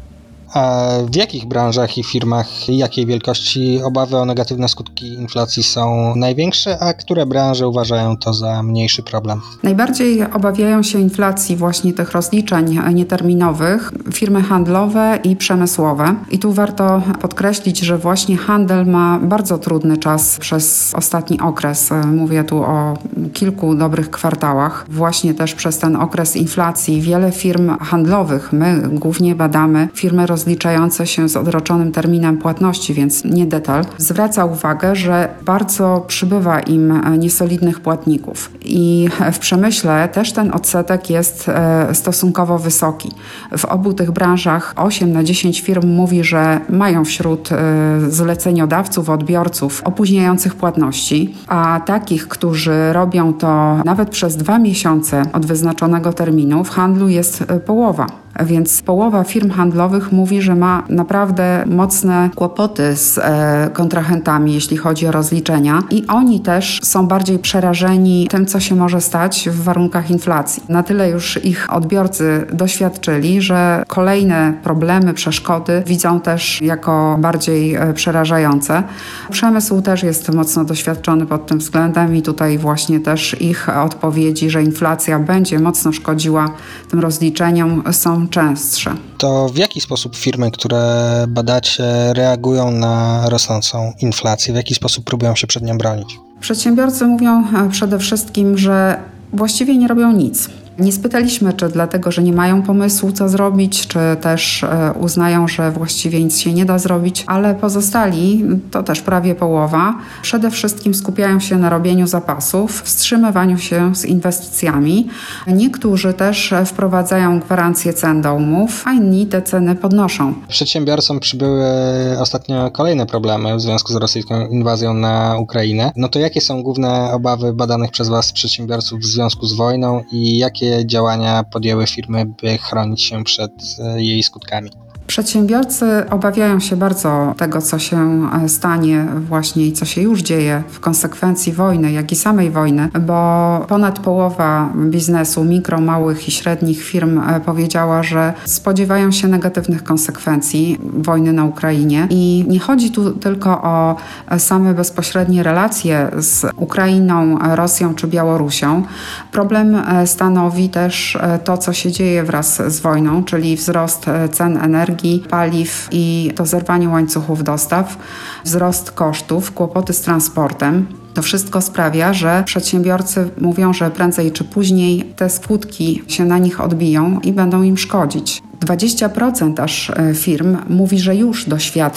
A w jakich branżach i firmach jakiej wielkości obawy o negatywne skutki inflacji są największe, a które branże uważają to za mniejszy problem? Najbardziej obawiają się inflacji właśnie tych rozliczeń nieterminowych firmy handlowe i przemysłowe. I tu warto podkreślić, że właśnie handel ma bardzo trudny czas przez ostatni okres. Mówię tu o kilku dobrych kwartałach. Właśnie też przez ten okres inflacji wiele firm handlowych, my głównie badamy firmy rozliczające się z odroczonym terminem płatności, więc nie detal, zwraca uwagę, że bardzo przybywa im niesolidnych płatników. I w przemyśle też ten odsetek jest stosunkowo wysoki. W obu tych branżach 8 na 10 firm mówi, że mają wśród zleceniodawców, odbiorców opóźniających płatności, a takich, którzy robią to nawet przez 2 miesiące od wyznaczonego terminu, w handlu jest połowa. Więc połowa firm handlowych mówi, że ma naprawdę mocne kłopoty z kontrahentami, jeśli chodzi o rozliczenia i oni też są bardziej przerażeni tym, co się może stać w warunkach inflacji. Na tyle już ich odbiorcy doświadczyli, że kolejne problemy, przeszkody widzą też jako bardziej przerażające. Przemysł też jest mocno doświadczony pod tym względem i tutaj właśnie też ich odpowiedzi, że inflacja będzie mocno szkodziła tym rozliczeniom, są częstsze. To w jaki sposób firmy, które badacie, reagują na rosnącą inflację? W jaki sposób próbują się przed nią bronić? Przedsiębiorcy mówią przede wszystkim, że właściwie nie robią nic. Nie spytaliśmy, czy dlatego, że nie mają pomysłu, co zrobić, czy też uznają, że właściwie nic się nie da zrobić, ale pozostali, to też prawie połowa, przede wszystkim skupiają się na robieniu zapasów, wstrzymywaniu się z inwestycjami. Niektórzy też wprowadzają gwarancję cen do umów, a inni te ceny podnoszą. Przedsiębiorcom przybyły ostatnio kolejne problemy w związku z rosyjską inwazją na Ukrainę. No to jakie są główne obawy badanych przez Was przedsiębiorców w związku z wojną i jakie działania podjęły firmy, by chronić się przed jej skutkami? Przedsiębiorcy obawiają się bardzo tego, co się stanie właśnie i co się już dzieje w konsekwencji wojny, jak i samej wojny, bo ponad połowa biznesu, mikro, małych i średnich firm powiedziała, że spodziewają się negatywnych konsekwencji wojny na Ukrainie. I nie chodzi tu tylko o same bezpośrednie relacje z Ukrainą, Rosją czy Białorusią. Problem stanowi też to, co się dzieje wraz z wojną, czyli wzrost cen energii, paliw i to zerwanie łańcuchów dostaw, wzrost kosztów, kłopoty z transportem. To wszystko sprawia, że przedsiębiorcy mówią, że prędzej czy później te skutki się na nich odbiją i będą im szkodzić. 20% aż firm mówi, że już doświadcza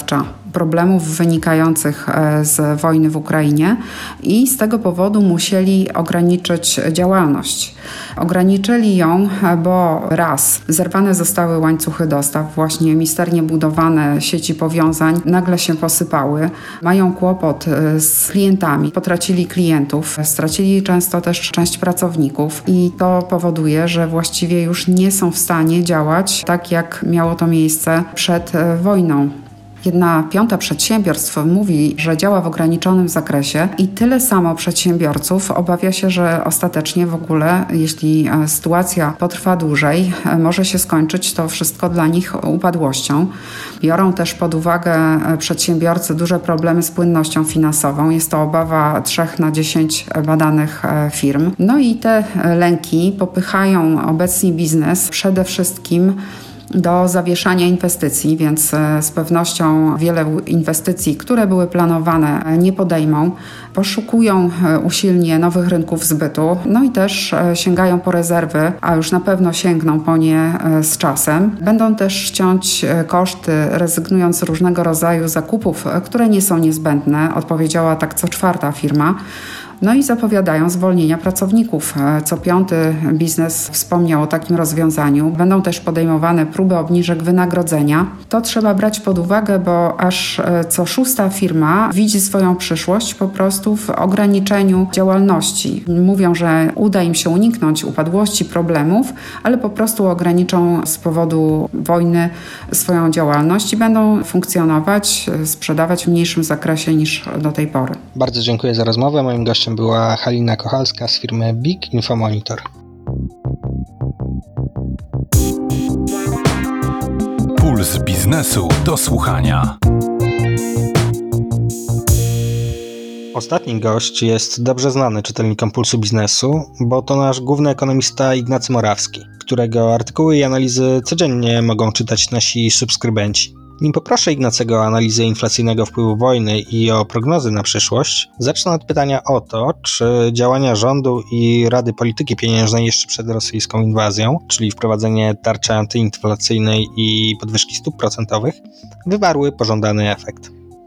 problemów wynikających z wojny w Ukrainie i z tego powodu musieli ograniczyć działalność. Ograniczyli ją, bo raz, zerwane zostały łańcuchy dostaw, właśnie misternie budowane sieci powiązań nagle się posypały, mają kłopot z klientami, potracili klientów, stracili często też część pracowników i to powoduje, że właściwie już nie są w stanie działać tak, jak miało to miejsce przed wojną. 1/5 przedsiębiorstw mówi, że działa w ograniczonym zakresie i tyle samo przedsiębiorców obawia się, że ostatecznie w ogóle, jeśli sytuacja potrwa dłużej, może się skończyć to wszystko dla nich upadłością. Biorą też pod uwagę przedsiębiorcy duże problemy z płynnością finansową. Jest to obawa 3 na 10 badanych firm. No i te lęki popychają obecnie biznes przede wszystkim do zawieszania inwestycji, więc z pewnością wiele inwestycji, które były planowane, nie podejmą. Poszukują usilnie nowych rynków zbytu, no i też sięgają po rezerwy, a już na pewno sięgną po nie z czasem. Będą też ciąć koszty, rezygnując z różnego rodzaju zakupów, które nie są niezbędne, odpowiedziała tak co 4. firma. No i zapowiadają zwolnienia pracowników. Co 5. biznes wspomniał o takim rozwiązaniu. Będą też podejmowane próby obniżek wynagrodzenia. To trzeba brać pod uwagę, bo aż co 6. firma widzi swoją przyszłość po prostu w ograniczeniu działalności. Mówią, że uda im się uniknąć upadłości, problemów, ale po prostu ograniczą z powodu wojny swoją działalność i będą funkcjonować, sprzedawać w mniejszym zakresie niż do tej pory. Bardzo dziękuję za rozmowę. Moim gościem była Halina Kochalska z firmy Big Info Monitor. Puls biznesu do słuchania. Ostatni gość jest dobrze znany czytelnikom Pulsu Biznesu, bo to nasz główny ekonomista Ignacy Morawski, którego artykuły i analizy codziennie mogą czytać nasi subskrybenci. Nim poproszę Ignacego o analizę inflacyjnego wpływu wojny i o prognozy na przyszłość, zacznę od pytania o to, czy działania rządu i Rady Polityki Pieniężnej jeszcze przed rosyjską inwazją, czyli wprowadzenie tarczy antyinflacyjnej i podwyżki stóp procentowych, wywarły pożądany efekt.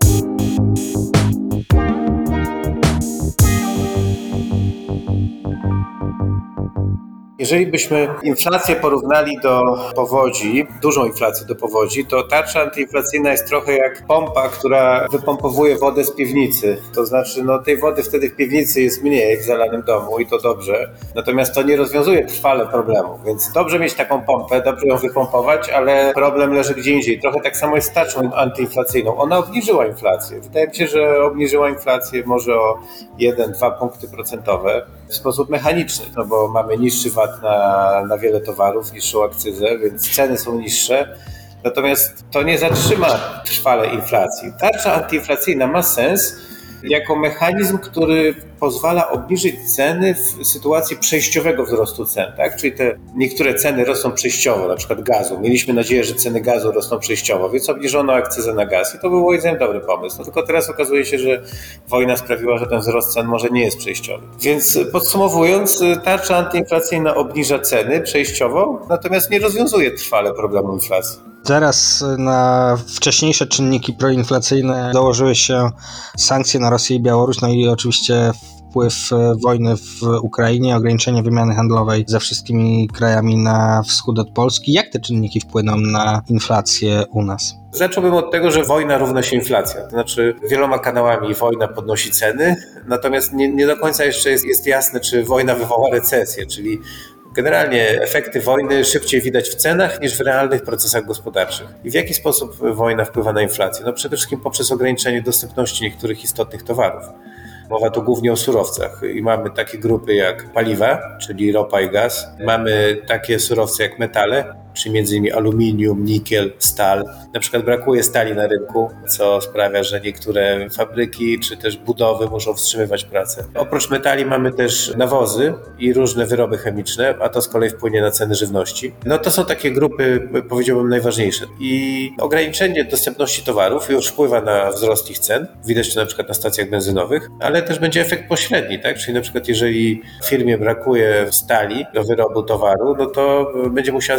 Jeżeli byśmy inflację porównali do powodzi, dużą inflację do powodzi, to tarcza antyinflacyjna jest trochę jak pompa, która wypompowuje wodę z piwnicy. To znaczy, tej wody wtedy w piwnicy jest mniej jak w zalanym domu i to dobrze. Natomiast to nie rozwiązuje trwale problemu, więc dobrze mieć taką pompę, dobrze ją wypompować, ale problem leży gdzie indziej. Trochę tak samo jest z tarczą antyinflacyjną. Ona obniżyła inflację. Wydaje mi się, że obniżyła inflację może o 1-2 punkty procentowe w sposób mechaniczny, bo mamy niższy VAT na wiele towarów, niższą akcyzę, więc ceny są niższe. Natomiast to nie zatrzyma trwale inflacji. Tarcza antyinflacyjna ma sens jako mechanizm, który pozwala obniżyć ceny w sytuacji przejściowego wzrostu cen, tak? Czyli te niektóre ceny rosną przejściowo, na przykład gazu. Mieliśmy nadzieję, że ceny gazu rosną przejściowo, więc obniżono akcyzę na gaz i to był moim zdaniem dobry pomysł. Tylko teraz okazuje się, że wojna sprawiła, że ten wzrost cen może nie jest przejściowy. Więc podsumowując, tarcza antyinflacyjna obniża ceny przejściowo, natomiast nie rozwiązuje trwale problemu inflacji. Zaraz na wcześniejsze czynniki proinflacyjne dołożyły się sankcje na Rosję i Białoruś, no i oczywiście wpływ wojny w Ukrainie, ograniczenie wymiany handlowej ze wszystkimi krajami na wschód od Polski. Jak te czynniki wpłyną na inflację u nas? Zacząłbym od tego, że wojna równa się inflacja. To znaczy wieloma kanałami wojna podnosi ceny, natomiast nie do końca jeszcze jest jasne, czy wojna wywoła recesję, czyli generalnie efekty wojny szybciej widać w cenach niż w realnych procesach gospodarczych. I w jaki sposób wojna wpływa na inflację? Przede wszystkim poprzez ograniczenie dostępności niektórych istotnych towarów. Mowa tu głównie o surowcach i mamy takie grupy jak paliwa, czyli ropa i gaz. Mamy takie surowce jak metale, czyli m.in. aluminium, nikiel, stal. Na przykład brakuje stali na rynku, co sprawia, że niektóre fabryki czy też budowy muszą wstrzymywać pracę. Oprócz metali mamy też nawozy i różne wyroby chemiczne, a to z kolei wpłynie na ceny żywności. To są takie grupy, powiedziałbym, najważniejsze. I ograniczenie dostępności towarów już wpływa na wzrost ich cen. Widać to na przykład na stacjach benzynowych, ale też będzie efekt pośredni, tak? Czyli na przykład jeżeli firmie brakuje stali do wyrobu towaru, to będzie musiała za tą stal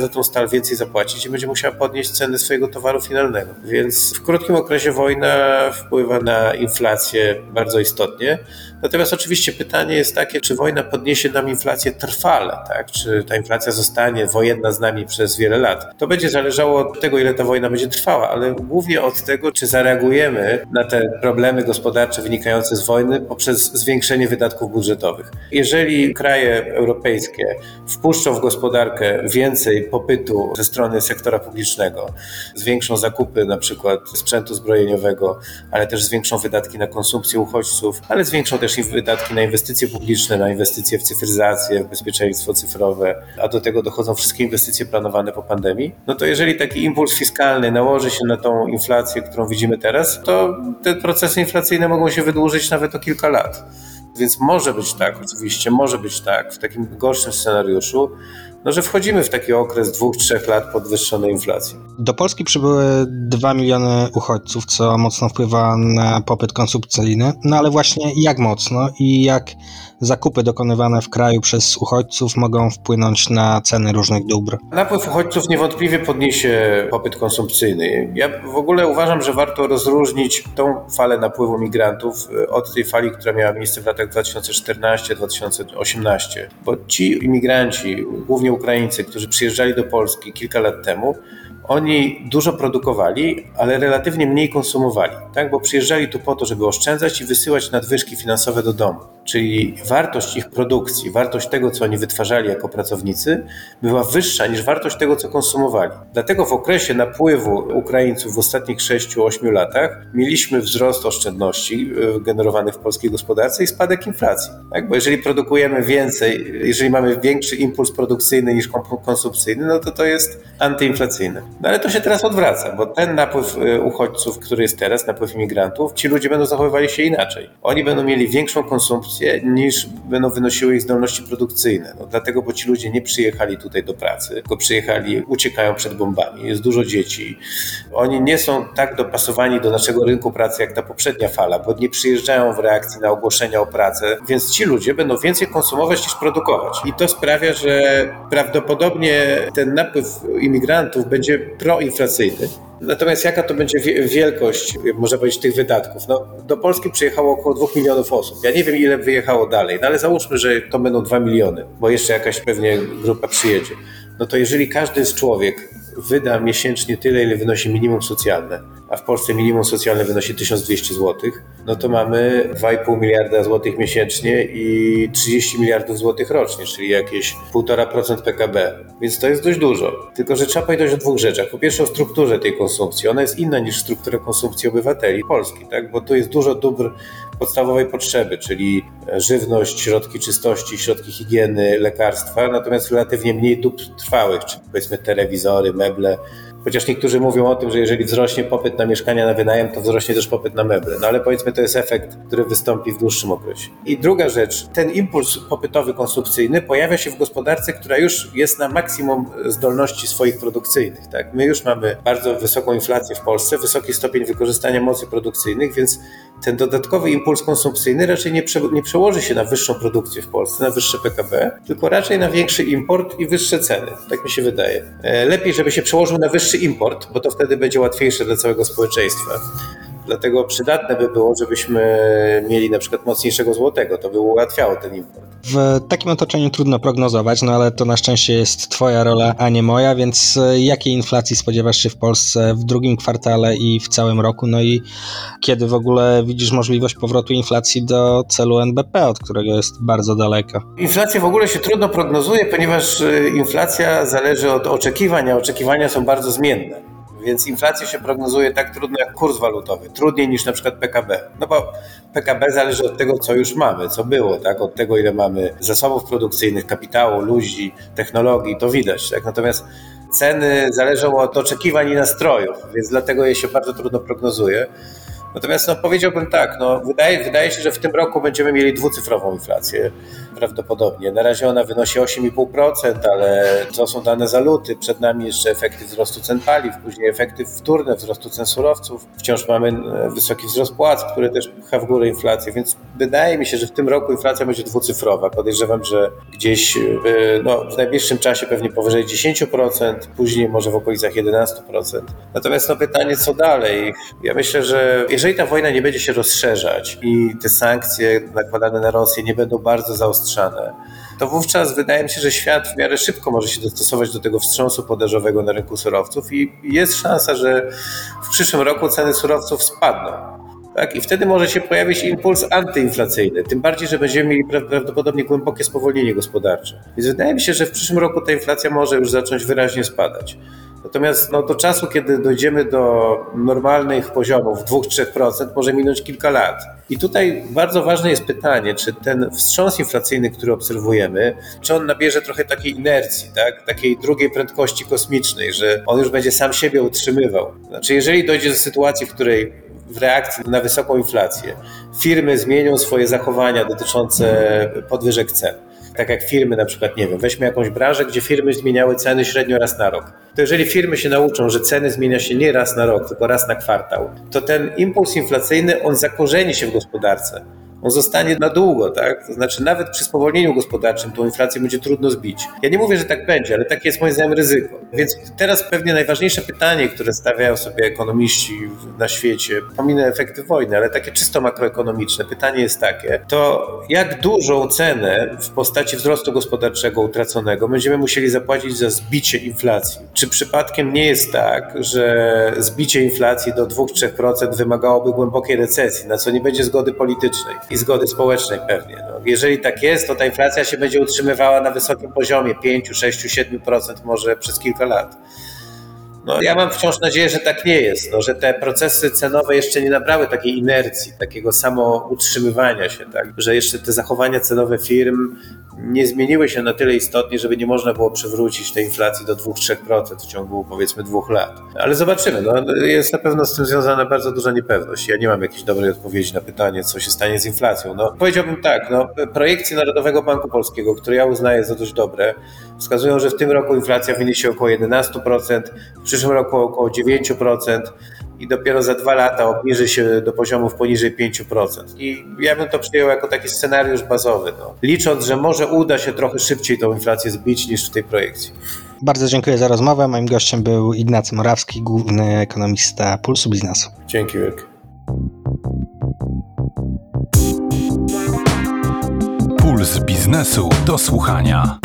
musiała więcej zapłacić i będzie musiała podnieść ceny swojego towaru finalnego. Więc w krótkim okresie wojna wpływa na inflację bardzo istotnie. Natomiast oczywiście pytanie jest takie, czy wojna podniesie nam inflację trwale, tak? Czy ta inflacja zostanie wojenna z nami przez wiele lat. To będzie zależało od tego, ile ta wojna będzie trwała, ale głównie od tego, czy zareagujemy na te problemy gospodarcze wynikające z wojny poprzez zwiększenie wydatków budżetowych. Jeżeli kraje europejskie wpuszczą w gospodarkę więcej popytu ze strony sektora publicznego, zwiększą zakupy na przykład sprzętu zbrojeniowego, ale też zwiększą wydatki na konsumpcję uchodźców, ale zwiększą też i wydatki na inwestycje publiczne, na inwestycje w cyfryzację, w bezpieczeństwo cyfrowe, a do tego dochodzą wszystkie inwestycje planowane po pandemii, no to jeżeli taki impuls fiskalny nałoży się na tą inflację, którą widzimy teraz, to te procesy inflacyjne mogą się wydłużyć nawet o kilka lat. Więc może być tak, oczywiście, może być tak w takim gorszym scenariuszu, no, że wchodzimy w taki okres 2-3 lat podwyższonej inflacji. Do Polski przybyły 2 miliony uchodźców, co mocno wpływa na popyt konsumpcyjny. No ale właśnie jak mocno i jak zakupy dokonywane w kraju przez uchodźców mogą wpłynąć na ceny różnych dóbr? Napływ uchodźców niewątpliwie podniesie popyt konsumpcyjny. Ja w ogóle uważam, że warto rozróżnić tą falę napływu migrantów od tej fali, która miała miejsce w latach 2014-2018, bo ci imigranci, głównie Ukraińcy, którzy przyjeżdżali do Polski kilka lat temu, oni dużo produkowali, ale relatywnie mniej konsumowali, tak? Bo przyjeżdżali tu po to, żeby oszczędzać i wysyłać nadwyżki finansowe do domu. Czyli wartość ich produkcji, wartość tego, co oni wytwarzali jako pracownicy, była wyższa niż wartość tego, co konsumowali. Dlatego w okresie napływu Ukraińców w ostatnich 6-8 latach mieliśmy wzrost oszczędności generowanych w polskiej gospodarce i spadek inflacji. Tak? Bo jeżeli produkujemy więcej, jeżeli mamy większy impuls produkcyjny niż konsumpcyjny, no to jest antyinflacyjne. No ale to się teraz odwraca, bo ten napływ uchodźców, który jest teraz, napływ imigrantów, ci ludzie będą zachowywali się inaczej. Oni będą mieli większą konsumpcję niż będą wynosiły ich zdolności produkcyjne. No, dlatego, bo ci ludzie nie przyjechali tutaj do pracy, tylko przyjechali, uciekają przed bombami, jest dużo dzieci. Oni nie są tak dopasowani do naszego rynku pracy jak ta poprzednia fala, bo nie przyjeżdżają w reakcji na ogłoszenia o pracę, więc ci ludzie będą więcej konsumować niż produkować. I to sprawia, że prawdopodobnie ten napływ imigrantów będzie proinflacyjny. Natomiast jaka to będzie wielkość, można powiedzieć, tych wydatków? No, do Polski przyjechało około 2 milionów osób. Ja nie wiem, ile wyjechało dalej, no ale załóżmy, że to będą 2 miliony, bo jeszcze jakaś pewnie grupa przyjedzie. No to jeżeli każdy z człowiek wyda miesięcznie tyle, ile wynosi minimum socjalne, a w Polsce minimum socjalne wynosi 1200 zł, no to mamy 2,5 miliarda złotych miesięcznie i 30 miliardów złotych rocznie, czyli jakieś 1,5% PKB. Więc to jest dość dużo. Tylko że trzeba powiedzieć o dwóch rzeczach. Po pierwsze o strukturze tej konsumpcji. Ona jest inna niż struktura konsumpcji obywateli Polski, tak? Bo tu jest dużo dóbr podstawowej potrzeby, czyli żywność, środki czystości, środki higieny, lekarstwa, natomiast relatywnie mniej dóbr trwałych, czyli powiedzmy telewizory, meble. Chociaż niektórzy mówią o tym, że jeżeli wzrośnie popyt na mieszkania na wynajem, to wzrośnie też popyt na meble. No ale powiedzmy, to jest efekt, który wystąpi w dłuższym okresie. I druga rzecz, ten impuls popytowy, konsumpcyjny pojawia się w gospodarce, która już jest na maksimum zdolności swoich produkcyjnych. Tak? My już mamy bardzo wysoką inflację w Polsce, wysoki stopień wykorzystania mocy produkcyjnych, więc ten dodatkowy impuls konsumpcyjny raczej nie przełoży się na wyższą produkcję w Polsce, na wyższe PKB, tylko raczej na większy import i wyższe ceny. Tak mi się wydaje. Lepiej, żeby się przełożył na wyższy import, bo to wtedy będzie łatwiejsze dla całego społeczeństwa. Dlatego przydatne by było, żebyśmy mieli na przykład mocniejszego złotego. To by ułatwiało ten import. W takim otoczeniu trudno prognozować, no ale to na szczęście jest twoja rola, a nie moja, więc jakiej inflacji spodziewasz się w Polsce w drugim kwartale i w całym roku? No i kiedy w ogóle widzisz możliwość powrotu inflacji do celu NBP, od którego jest bardzo daleko? Inflację w ogóle się trudno prognozuje, ponieważ inflacja zależy od oczekiwań, a oczekiwania są bardzo zmienne. Więc inflację się prognozuje tak trudno jak kurs walutowy, trudniej niż na przykład PKB. No bo PKB zależy od tego, co już mamy, co było, tak? Od tego, ile mamy zasobów produkcyjnych, kapitału, ludzi, technologii, to widać, tak? Natomiast ceny zależą od oczekiwań i nastrojów, więc dlatego je się bardzo trudno prognozuje. Natomiast powiedziałbym tak, wydaje się, że w tym roku będziemy mieli dwucyfrową inflację. prawdopodobnie. Na razie ona wynosi 8,5%, ale to są dane za luty. Przed nami jeszcze efekty wzrostu cen paliw, później efekty wtórne wzrostu cen surowców. Wciąż mamy wysoki wzrost płac, który też pcha w górę inflację, więc wydaje mi się, że w tym roku inflacja będzie dwucyfrowa. Podejrzewam, że gdzieś w najbliższym czasie pewnie powyżej 10%, później może w okolicach 11%. Natomiast pytanie, co dalej? Ja myślę, że jeżeli ta wojna nie będzie się rozszerzać i te sankcje nakładane na Rosję nie będą bardzo zaostrzane, to wówczas wydaje mi się, że świat w miarę szybko może się dostosować do tego wstrząsu podażowego na rynku surowców i jest szansa, że w przyszłym roku ceny surowców spadną. Tak? I wtedy może się pojawić impuls antyinflacyjny, tym bardziej, że będziemy mieli prawdopodobnie głębokie spowolnienie gospodarcze. Więc wydaje mi się, że w przyszłym roku ta inflacja może już zacząć wyraźnie spadać. Natomiast do czasu, kiedy dojdziemy do normalnych poziomów 2-3%, może minąć kilka lat. I tutaj bardzo ważne jest pytanie, czy ten wstrząs inflacyjny, który obserwujemy, czy on nabierze trochę takiej inercji, tak? Takiej drugiej prędkości kosmicznej, że on już będzie sam siebie utrzymywał. Znaczy, jeżeli dojdzie do sytuacji, w której w reakcji na wysoką inflację firmy zmienią swoje zachowania dotyczące podwyżek cen, tak jak firmy na przykład, nie wiem, weźmy jakąś branżę, gdzie firmy zmieniały ceny średnio raz na rok. To jeżeli firmy się nauczą, że ceny zmienia się nie raz na rok, tylko raz na kwartał, to ten impuls inflacyjny, on zakorzeni się w gospodarce. On zostanie na długo, tak? To znaczy nawet przy spowolnieniu gospodarczym tą inflację będzie trudno zbić. Ja nie mówię, że tak będzie, ale takie jest moim zdaniem ryzyko. Więc teraz pewnie najważniejsze pytanie, które stawiają sobie ekonomiści na świecie, pominę efekty wojny, ale takie czysto makroekonomiczne, pytanie jest takie, to jak dużą cenę w postaci wzrostu gospodarczego utraconego będziemy musieli zapłacić za zbicie inflacji? Czy przypadkiem nie jest tak, że zbicie inflacji do 2-3% wymagałoby głębokiej recesji, na co nie będzie zgody politycznej i zgody społecznej pewnie. Jeżeli tak jest, to ta inflacja się będzie utrzymywała na wysokim poziomie 5, 6, 7% może przez kilka lat. Ja mam wciąż nadzieję, że tak nie jest, że te procesy cenowe jeszcze nie nabrały takiej inercji, takiego samoutrzymywania się, tak? Że jeszcze te zachowania cenowe firm nie zmieniły się na tyle istotnie, żeby nie można było przywrócić tej inflacji do 2-3% w ciągu powiedzmy 2 lat. Ale zobaczymy, jest na pewno z tym związana bardzo duża niepewność. Ja nie mam jakiejś dobrej odpowiedzi na pytanie, co się stanie z inflacją. Powiedziałbym tak, projekcje Narodowego Banku Polskiego, które ja uznaję za dość dobre, wskazują, że w tym roku inflacja wyniesie około 11%, w przyszłym roku około 9% i dopiero za 2 lata obniży się do poziomów poniżej 5%. I ja bym to przyjął jako taki scenariusz bazowy, licząc, że może uda się trochę szybciej tą inflację zbić niż w tej projekcji. Bardzo dziękuję za rozmowę. Moim gościem był Ignacy Morawski, główny ekonomista Pulsu Biznesu. Dzięki wielkie. Puls Biznesu do słuchania.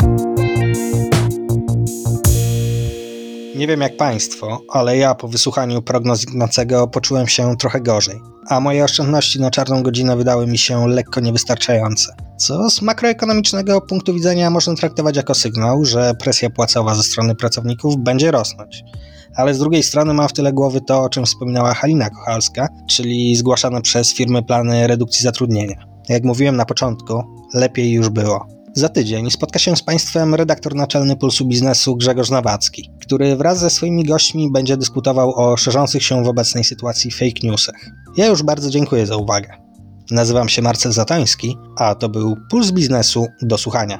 Nie wiem jak Państwo, ale ja po wysłuchaniu prognoz Ignacego poczułem się trochę gorzej, a moje oszczędności na czarną godzinę wydały mi się lekko niewystarczające, co z makroekonomicznego punktu widzenia można traktować jako sygnał, że presja płacowa ze strony pracowników będzie rosnąć. Ale z drugiej strony mam w tyle głowy to, o czym wspominała Halina Kochalska, czyli zgłaszane przez firmy plany redukcji zatrudnienia. Jak mówiłem na początku, lepiej już było. Za tydzień spotka się z Państwem redaktor naczelny Pulsu Biznesu Grzegorz Nawacki, który wraz ze swoimi gośćmi będzie dyskutował o szerzących się w obecnej sytuacji fake newsach. Ja już bardzo dziękuję za uwagę. Nazywam się Marcel Zatoński, a to był Puls Biznesu do słuchania.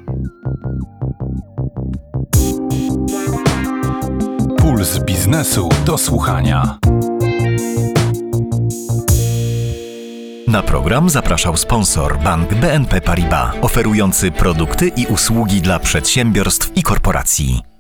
Puls Biznesu do słuchania. Na program zapraszał sponsor Bank BNP Paribas, oferujący produkty i usługi dla przedsiębiorstw i korporacji.